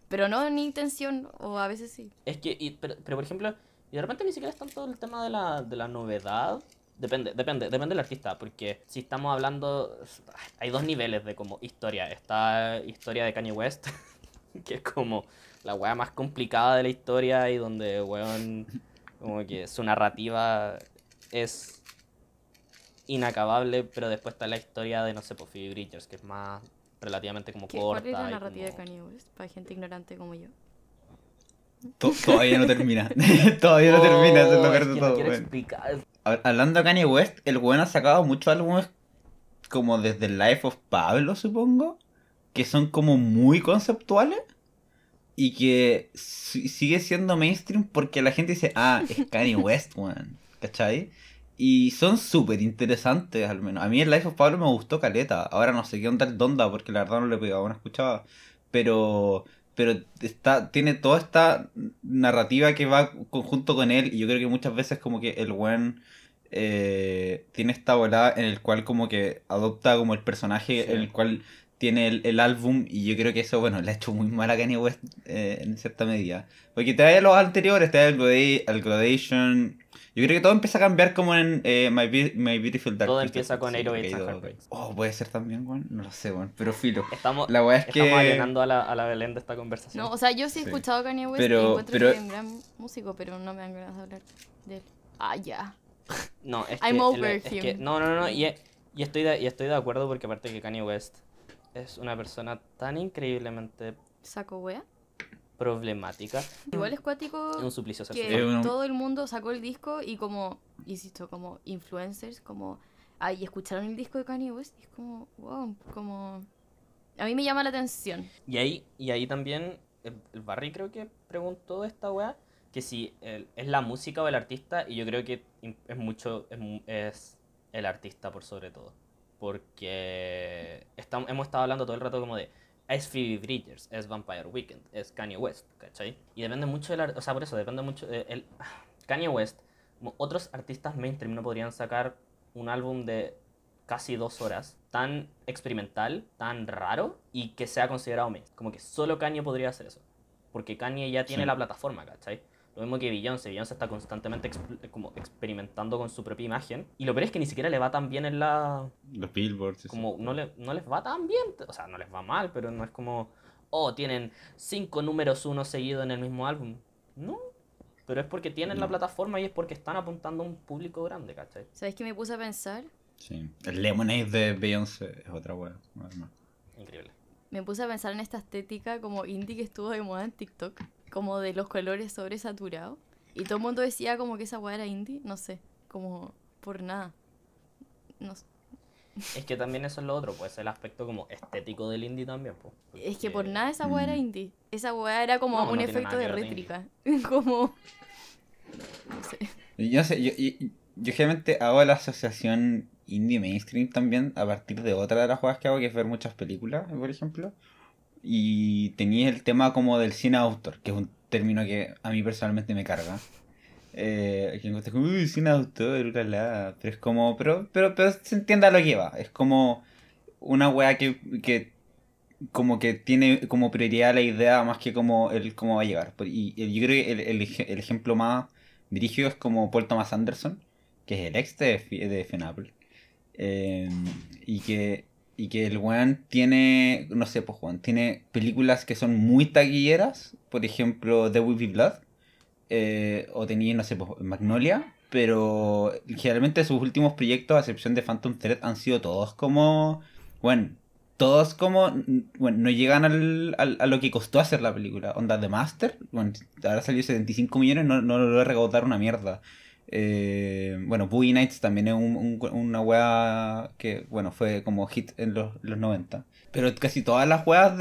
Pero no en intención, o a veces sí. Es que, pero por ejemplo, y de repente ni siquiera es tanto el tema de la novedad. Depende del artista, porque si estamos hablando, hay dos niveles de como historia. Está historia de Kanye West, que es como la weá más complicada de la historia y donde, weón, como que su narrativa es inacabable, pero después está la historia de, no sé, pues Phoebe Bridgers, que es más relativamente como ¿Cuál es la corta. narrativa de como... Kanye West? Para gente ignorante como yo. Todavía no termina. Todavía no termina, eso es lo Oh, peor es de que no todo, quiero weón. explicar. Hablando de Kanye West, el weón ha sacado muchos álbumes como desde el Life of Pablo, supongo, que son como muy conceptuales y que sigue siendo mainstream porque la gente dice, ah, es Kanye West, weón, ¿cachai? Y son súper interesantes, al menos. A mí el Life of Pablo me gustó caleta. Ahora no sé qué onda el Donda porque la verdad no lo he pegado, no escuchaba. Pero, pero tiene toda esta narrativa que va junto con él y yo creo que muchas veces como que el weón tiene esta volada en el cual como que adopta como el personaje Sí. en el cual tiene el álbum y yo creo que eso, bueno, le ha hecho muy mal a Kanye West en cierta medida. Porque te da los anteriores, te da el Gradation. Yo creo que todo empieza a cambiar como en My Beautiful Dark Todo Twisted empieza con Fantasy, que 808s ha and ido- Heartbreaks. Oh, puede ser también, weón. No lo sé, weón. Pero filo. Estamos, La weá es estamos que. alienando a la Belén de esta conversación. No, o sea, yo sí he Sí. escuchado a Kanye West Pero- y encuentro pero- que es un gran músico, pero no me dan ganas de hablar de él. Ah, ya. No, es I'm que, over es him. que no, y estoy de acuerdo porque aparte que Kanye West es una persona tan increíblemente Saco wea. problemática. Igual es cuático Es un suplicio ser que su fan. Es un- todo el mundo sacó el disco y como, insisto, como influencers, como, ay, escucharon el disco de Kanye West y es como, wow, como, a mí me llama la atención. Y ahí también el Barry creo que preguntó esta weá que si es la música o el artista, y yo creo que es mucho, es el artista por sobre todo. Porque hemos estado hablando todo el rato como de es Phoebe Bridgers, es Vampire Weekend, es Kanye West, ¿cachai? Y depende mucho o sea, por eso depende mucho Kanye West, como otros artistas mainstream no podrían sacar un álbum de casi 2 horas, tan experimental, tan raro, y que sea considerado mainstream. Como que solo Kanye podría hacer eso. Porque Kanye ya tiene Sí. la plataforma, ¿cachai? Lo mismo que Beyoncé. Beyoncé está constantemente como experimentando con su propia imagen. Y lo peor es que ni siquiera le va tan bien en la... Los billboards. eso. Como no les va tan bien. O sea, no les va mal, pero no es como... Oh, tienen 5 números 1 seguidos en el mismo álbum. No. Pero es porque tienen la No. plataforma y es porque están apuntando a un público grande, ¿cachai? ¿Sabes qué me puse a pensar? Sí. El Lemonade de Beyoncé es otra weá. además. Increíble. Me puse a pensar en esta estética como indie que estuvo de moda en TikTok, como de los colores sobresaturados. Y todo el mundo decía como que esa weá era indie, no sé, como por nada. No sé. Es que también eso es lo otro, pues el aspecto como estético del indie también, pues. Es que por porque- nada esa weá era indie. Esa weá era como No, no un tiene efecto nada de que ver de rétrica. Como... No sé. Y yo sé, yo generalmente hago la asociación indie mainstream también a partir de otra de las cosas que hago, que es ver muchas películas, por ejemplo. Y tenía el tema como del cine autor, que es un término que a mí personalmente me carga. Que encuentro como, uy, cine autor, pero es como, pero se entiende a lo que va. Es como una wea que como que tiene como prioridad la idea más que como el cómo va a llegar. Yo creo que el ejemplo más dirigido es como Paul Thomas Anderson, que es el ex de FNAPL. Eh, y que el weón tiene, no sé, pues Juan, tiene películas que son muy taquilleras, por ejemplo, The Will Be Blood, o tenía, no sé, pues Magnolia, pero generalmente sus últimos proyectos, a excepción de Phantom Thread, han sido todos como, bueno, todos como, bueno, no llegan a lo que costó hacer la película. Onda The Master, bueno, ahora salió 75 millones, no logró recaudar una mierda. Bueno, Boogie Nights también es una wea que, bueno, fue como hit en los 90. Pero casi todas las weas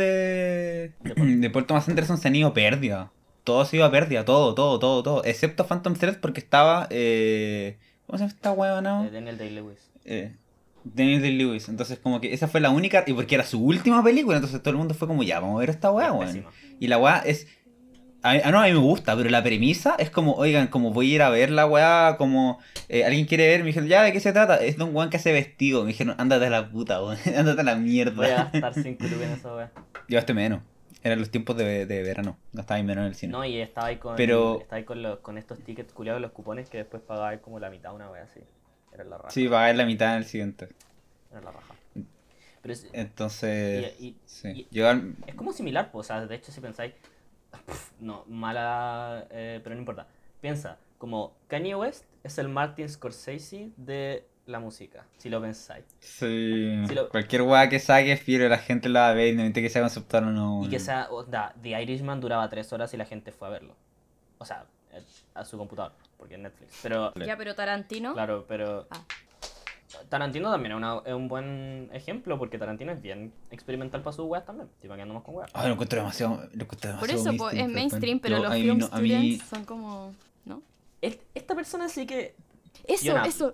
de Paul Thomas Anderson se han ido a pérdida. Todo se iba a pérdida, todo. Excepto Phantom Thread porque estaba... ¿cómo se llama esta wea, no? Daniel Day-Lewis. Daniel Day-Lewis. Entonces como que esa fue la única... Y porque era su última película, entonces todo el mundo fue como, ya, vamos a ver esta wea, Es weón. pésima. Y la weá es... no, a mí me gusta, pero la premisa es como, oigan, como voy a ir a ver la weá, como alguien quiere ver, me dijeron, ya, ¿de qué se trata? Es de un weón que hace vestido. Me dijeron, ándate a la puta, weón, ándate a la Voy a mierda. gastar 5 lucas en esa wea. Llevaste menos. Eran los tiempos de verano. No estaba en verano en el cine. No, y estaba ahí con, Pero- estaba ahí con estos tickets culiados, los cupones que después pagaba como la mitad, una wea así. Era la raja. Sí, pagar la mitad en el siguiente. Era la raja. Pero es, Entonces, y- sí. y- Llegar... es como similar, pues, o sea, de hecho si pensáis, no, mala, pero no importa. Piensa, como Kanye West es el Martin Scorsese de la música, si lo pensáis. Sí. Si lo- Cualquier weá que saques, pero la gente la va a ver, independientemente que sea conceptual o no. Y que sea, onda, The Irishman duraba 3 horas y la gente fue a verlo. O sea, a su computador, porque es Netflix. Pero, Ya, pero Tarantino. claro, pero Ah. Tarantino también es un buen ejemplo, porque Tarantino es bien experimental para sus weas también. Tipo, que andamos con weas. Ay, lo encuentro demasiado. Lo encuentro Por demasiado eso, es mainstream, pero Yo- los a mí film no- a mí- students son como. ¿No? Esta persona sí que... Eso, Fiona. eso.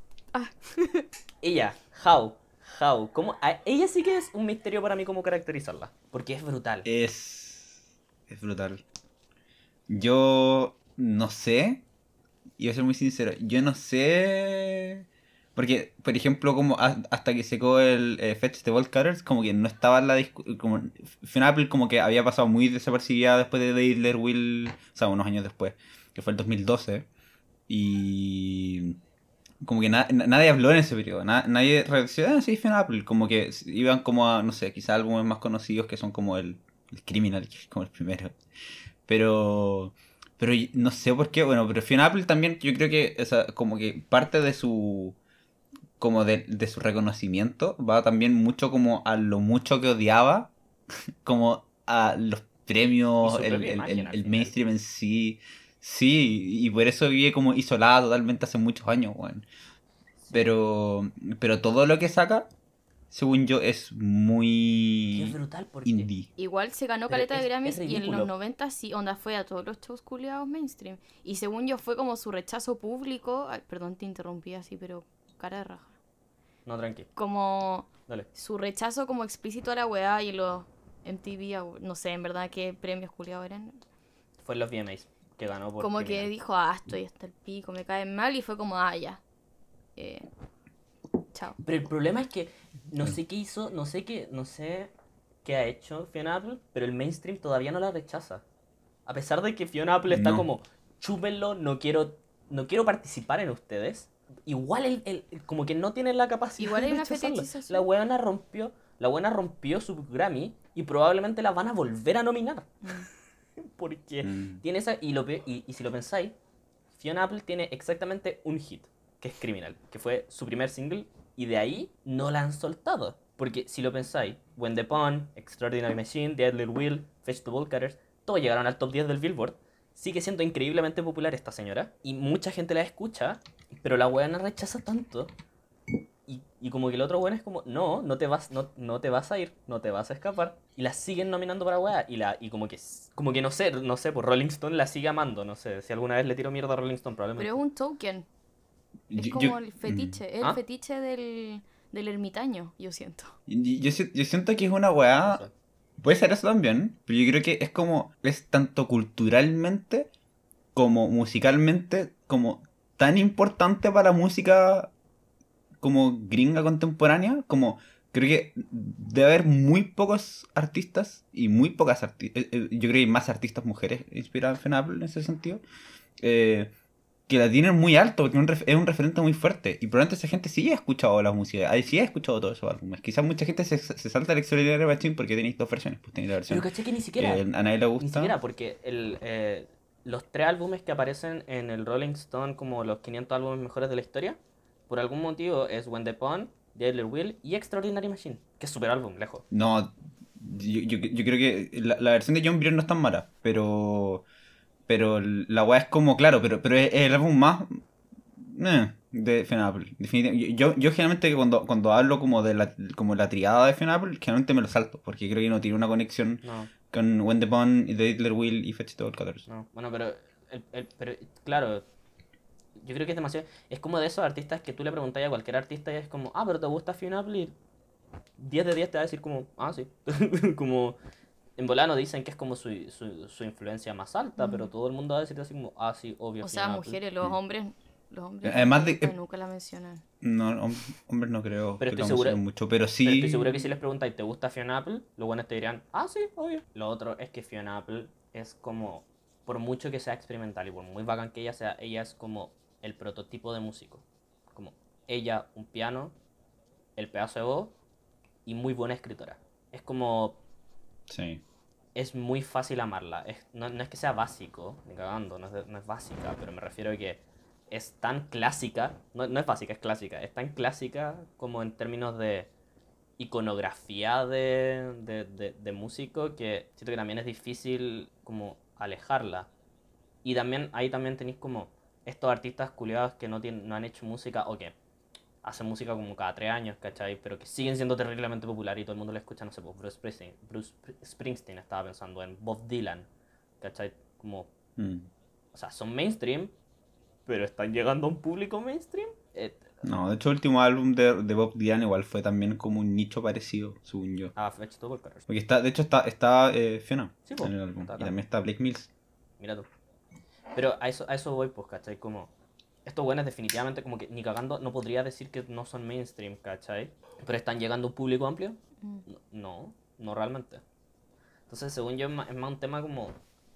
Ella, ¿cómo? Ella sí que es un misterio para mí cómo caracterizarla, porque es brutal. Es brutal. Yo no sé. Y voy a ser muy sincero. Yo no sé. Porque, por ejemplo, como hasta que secó el Fetch the Bolt Cutters, como que no estaba en la discusión. Final como que había pasado muy desapercibida después de Idler Will. O sea, unos años después. Que fue el 2012. Y. Como que nadie habló en ese periodo. Nadie reaccionó. Ah, sí, Final. Como que iban como a, no sé, quizás álbumes más conocidos que son como el Criminal, que es como el primero. Pero. Pero no sé por qué, bueno, pero Fiona Apple también, yo creo que, o sea, como que parte de su, como de su reconocimiento va también mucho como a lo mucho que odiaba, como a los Y premios, su propia imagen, al el final. mainstream en sí. Sí, y por eso vive como isolada totalmente hace muchos años, weón. Pero todo lo que saca, según yo, es Que es muy brutal porque... indie. Igual se ganó Pero caleta de es Grammys y en ridículo. los 90 sí, onda fue a todos los shows culiados mainstream. Y según yo fue como su rechazo público. Ay, perdón, te interrumpí así, pero cara de raja. No, tranqui, Como dale. su rechazo como explícito a la weá y los MTV, no sé en verdad qué premios culiados eran. Fue en los VMAs que ganó por Como que Criminal. dijo, estoy hasta el pico, me caen mal. Y fue como, ya. Chao. Pero el problema es que no sé qué hizo, no sé qué ha hecho Fiona Apple, pero el mainstream todavía no la rechaza. A pesar de que Fiona Apple está No. como, chúpenlo, no quiero participar en ustedes. Igual como que no tiene la capacidad Igual de hay una rechazarlo. fetichización. La buena rompió su Grammy y probablemente la van a volver a nominar. Porque tiene esa. Y si lo pensáis, Fiona Apple tiene exactamente un hit, que es Criminal, que fue su primer single, y de ahí no la han soltado. Porque si lo pensáis, When the Pawn, Extraordinary Machine, The Little Wheel, Fetch the Ball Cutters, todos llegaron al top 10 del Billboard. Sigue siendo increíblemente popular esta señora, y mucha gente la escucha, pero la weá no rechaza tanto. Y como que el otro weón es como, no te vas a ir, no te vas a escapar. Y la siguen nominando para weá. Y como que no sé, pues Rolling Stone la sigue amando. No sé, si alguna vez le tiro mierda a Rolling Stone, probablemente. Pero es un token. Es Yo- como yo- el fetiche. Es ¿Ah? el fetiche del ermitaño, yo siento. Yo siento que es una weá. No sé. Puede ser eso también, pero yo creo que es como. Es tanto culturalmente como musicalmente, como tan importante para la música como gringa contemporánea, como. Creo que debe haber muy pocos artistas y muy pocas artistas. Yo creo que hay más artistas mujeres inspiradas en Apple en ese sentido. Que la tienen muy alto, porque es un referente muy fuerte. Y probablemente esa gente sí ha escuchado la música, sí ha escuchado todos esos álbumes. Quizás mucha gente se salta el Extraordinary Machine porque tenéis dos versiones. Pues tenéis la versión Pero caché que ni siquiera. que a nadie le gusta. Ni siquiera, porque los 3 álbumes que aparecen en el Rolling Stone como los 500 álbumes mejores de la historia, por algún motivo es When the Pawn, The Idler Wheel y Extraordinary Machine, que es super álbum, lejos. No, yo creo que la versión de John Byrne no es tan mala, pero la weá es como, claro, pero es el álbum más de Fiona Apple. Definitivamente. Yo generalmente cuando hablo como de la triada de Fiona Apple, generalmente me lo salto, porque creo que no tiene una conexión No, con When the Pawn, The Idler Wheel y Fetch the Ball Cutters. no. Bueno, pero claro, yo creo que es demasiado. Es como de esos artistas que tú le preguntas a cualquier artista y es como, pero ¿te gusta Fiona Apple? Y 10 de 10 te va a decir como, sí. Como, en volano dicen que es como su influencia más alta, pero todo el mundo va a decir así como, sí, obvio. O sea, Fiona Apple". mujeres, los hombres Los hombres Además de- nunca la mencionan. No, hombres no creo Pero que estoy lo seguro- mencionen mucho, pero Pero estoy sí. seguro que si les preguntáis, ¿te gusta Fiona Apple? Los buenos te dirán, ah, sí, obvio. Lo otro es que Fiona Apple es como, por mucho que sea experimental y por muy bacán que ella sea, ella es como el prototipo de músico. Como ella, un piano, el pedazo de voz y muy buena escritora. Es como, Sí. es muy fácil amarla. No es que sea básico, ni cagando, no es básica, pero me refiero a que es tan clásica, no es básica, es clásica, es tan clásica como en términos de iconografía de músico que siento que también es difícil como alejarla. Y también ahí también tenéis como estos artistas culiados que no han hecho música o que hacen música como cada 3 años, ¿cachai? Pero que siguen siendo terriblemente popular y todo el mundo le escucha, no sé, pues Bruce Springsteen estaba pensando en Bob Dylan, ¿cachai? Como, Mm. o sea, son mainstream, pero están llegando a un público mainstream. No, de hecho el último álbum de Bob Dylan igual fue también como un nicho parecido, según yo. Vegetable Colors. Porque está, de hecho está Fiona Sí, po, en el álbum. está Y acá. también está Blake Mills. Mira tú. Pero a eso voy, pues, ¿cachai? Como, estos buenos definitivamente como que ni cagando no podría decir que no son mainstream, ¿cachai? Pero están llegando a un público amplio. Mm. No realmente. Entonces, según yo, es más un tema como...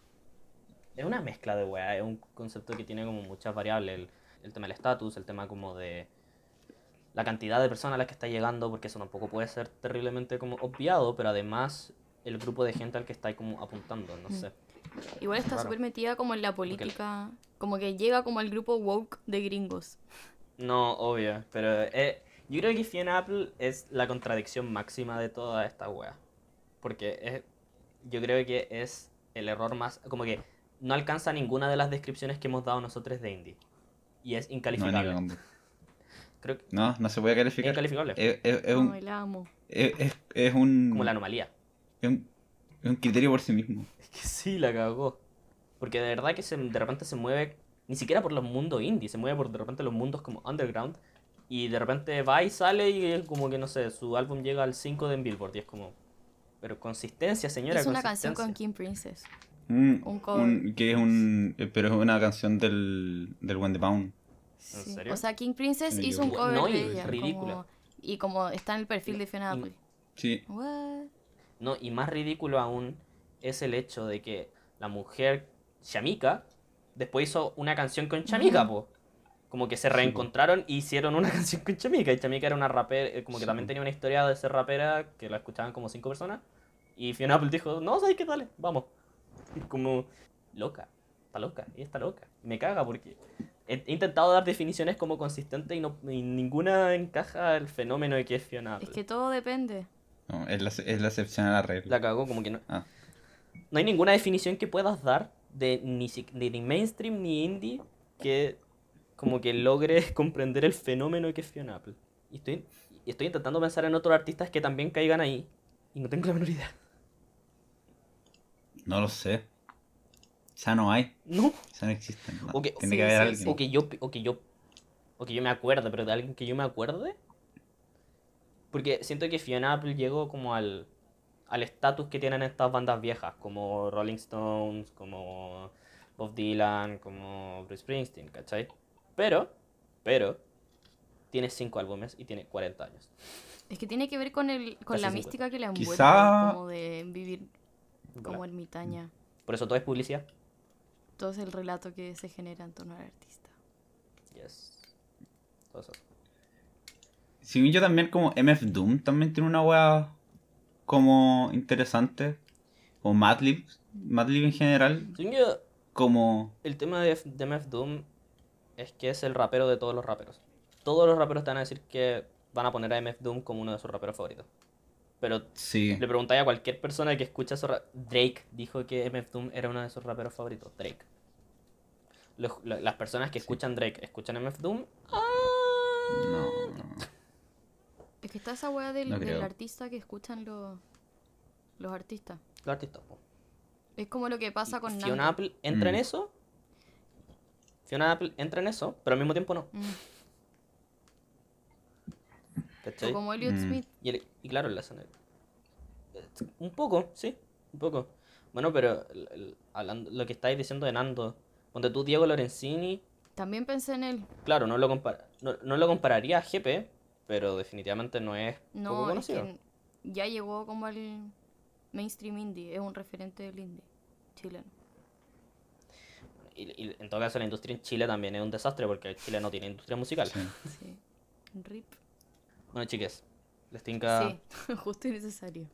Es una mezcla de weá, es un concepto que tiene como muchas variables. El tema del estatus, el tema como de la cantidad de personas a las que está llegando, porque eso tampoco puede ser terriblemente como obviado, pero además el grupo de gente al que está como apuntando, no sé. Igual está Raro. súper metida como en la política, como que llega como al grupo woke de gringos. No, obvio, pero yo creo que Fiona Apple es la contradicción máxima de toda esta wea. Porque yo creo que es el error más... Como que no alcanza ninguna de las descripciones que hemos dado nosotros de indie. Y es No, ni incalificable. cagando. Creo que No se puede es calificar. incalificable. Es un, Ay, la amo. es un, Como la anomalía. es un, es un criterio por sí mismo. Es que sí, la cagó. Porque de verdad que de repente se mueve, ni siquiera por los mundos indie, se mueve por de repente los mundos como underground. Y de repente va y sale y es como que, no sé, su álbum llega al 5 de en Billboard. Y es como, pero consistencia, señora, Hizo una canción consistencia. con Kim Princess. Un Un cover. que es pero es una canción del When the Pound. Sí. serio? O sea, King Princess Sí, me hizo un equivoco. cover No, y de ella. ridícula. Y como está en el perfil de Fiona Y- Apple. Sí. What? No, y más ridículo aún es el hecho de que la mujer Shamika después hizo una canción con Shamika, Ujú. po. Como que se Sí, po. reencontraron e hicieron una canción con Shamika. Y Shamika era una rapera, como que Sí, también po. tenía una historia de ser rapera que la escuchaban como 5 personas. Y Fiona Apple dijo, no, ¿sabes qué? Dale, vamos. Y como, loca, está loca, ella está loca. Me caga porque he intentado dar definiciones como consistentes y ninguna encaja el fenómeno de que es Fiona Apple. Es que todo depende. No, es la excepción a la regla. La cagó, como que no. Ah, No hay ninguna definición que puedas dar de ni mainstream ni indie que como que logre comprender el fenómeno que es Fiona Apple. Y estoy intentando pensar en otros artistas que también caigan ahí y no tengo la menor idea. no lo sé. O sea, no hay. No. O sea, no existen. No. O que, Tiene Sí, que haber sí, alguien. sí. o que yo me acuerde, pero de alguien que yo me acuerde. Porque siento que Fiona Apple llegó como al estatus que tienen estas bandas viejas, como Rolling Stones, como Bob Dylan, como Bruce Springsteen, ¿cachai? Pero, tiene 5 álbumes y tiene 40 años. Es que tiene que ver con Casi la 50. mística que le envuelve, Quizá- como de vivir como ermitaña. Por eso todo es publicidad. Todo es el relato que se genera en torno al artista. Yes. Todo eso. Si yo también como MF Doom también tiene una wea como interesante. O Madlib en general. Según yo, Como... el tema de MF Doom es que es el rapero de todos los raperos. Todos los raperos te van a decir que van a poner a MF Doom como uno de sus raperos favoritos. Pero Sí. le preguntáis a cualquier persona que escucha eso. Drake dijo que MF Doom era uno de sus raperos favoritos. Drake. Las personas que escuchan Drake escuchan MF Doom. No. Es que está esa weá del, No del creo. artista que escuchan los artistas. Los artistas, po. Es como lo que pasa con Fiona Nando. Apple entra en Mm. eso. Fiona Apple entra en eso, pero al mismo tiempo no. Mm. ¿Cachai? O como Elliot Mm. Smith. Y claro, la escena. Un poco, sí, un poco. Bueno, pero hablando lo que estáis diciendo de Nando, ponte tú Diego Lorenzini, También pensé en él. Claro, no lo compararía a GP, pero definitivamente no es poco No, es conocido. que ya llegó como al mainstream indie. Es un referente del indie chileno. Y en todo caso la industria en Chile también es un desastre porque Chile no tiene industria musical. Sí. Sí. RIP. Bueno, chiques, les tinca... Sí, justo y necesario.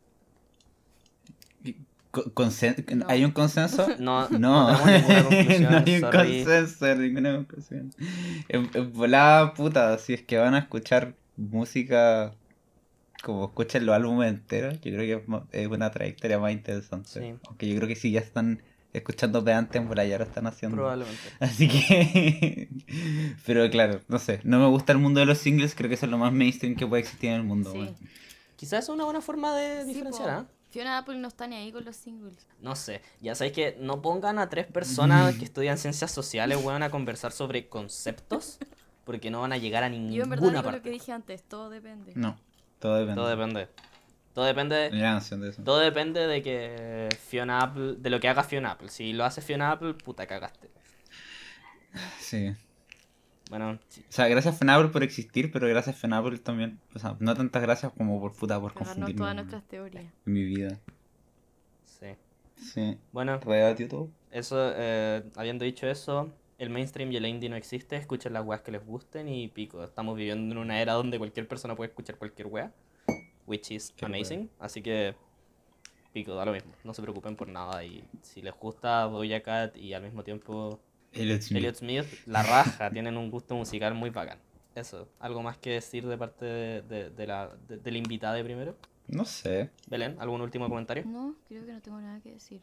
No. ¿Hay un consenso? No, No, no tenemos ninguna conclusión, no hay un sorry. consenso, ninguna conclusión. En volada, puta, si es que van a escuchar música como escuchan los álbumes enteros, yo creo que es una trayectoria más interesante. Sí. Aunque yo creo que si ya están escuchando pedante en bola, ya lo están haciendo. Probablemente. Así que... Pero claro, no sé, no me gusta el mundo de los singles, creo que eso es lo más mainstream que puede existir en el mundo. Sí. weón. Quizás es una buena forma de Sí, diferenciar, po. ¿ah? Fiona Apple no está ni ahí con los singles. No sé, ya sabéis que no pongan a 3 personas que estudian ciencias sociales, weón, a conversar sobre conceptos, porque no van a llegar a Yo en ninguna verdad digo lo parte. que dije antes, todo depende. No, todo depende. Todo depende. Todo depende. Hay una canción de eso. Todo depende de que Fiona Apple, de lo que haga Fiona Apple. Si lo hace Fiona Apple, puta cagaste. Sí. Bueno, sí, O sea, gracias Fnapple por existir, pero gracias Fnapple también. O sea, no tantas gracias como por puta por Cagarnos confundirme todas en nuestras teorías. mi vida. sí. Sí. Bueno, Rebatió todo. eso, habiendo dicho eso, el mainstream y el indie no existe. Escuchen las weas que les gusten y pico. Estamos viviendo en una era donde cualquier persona puede escuchar cualquier wea, which is Qué amazing. Así que, pico, da lo mismo. No se preocupen por nada. Y si les gusta Doja Cat y al mismo tiempo Elliot Smith, la raja, tienen un gusto musical muy bacán. Eso, algo más que decir de parte de la invitada de primero. No sé. Belén, ¿algún último comentario? No, creo que no tengo nada que decir.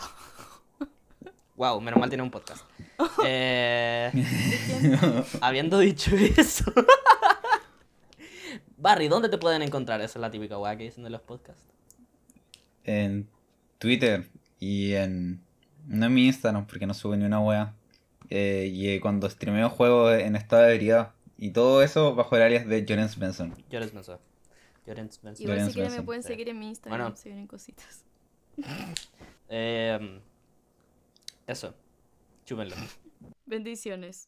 Wow, menos mal tiene un podcast. Habiendo dicho eso, Barry, ¿dónde te pueden encontrar? Esa es la típica weá que dicen de los podcasts. En Twitter y en... No en mi Instagram, porque no subo ni una wea. Y cuando streameo juegos en estado de ebriedad. Y todo eso bajo el alias de Jorens Benson. Llorens Mensa. Llorens Mensa. Igual si Lorenzo quieren me Benson. pueden Sí. seguir en mi Instagram, Bueno. se vienen cositas. Eso. Chúpenlo. Bendiciones.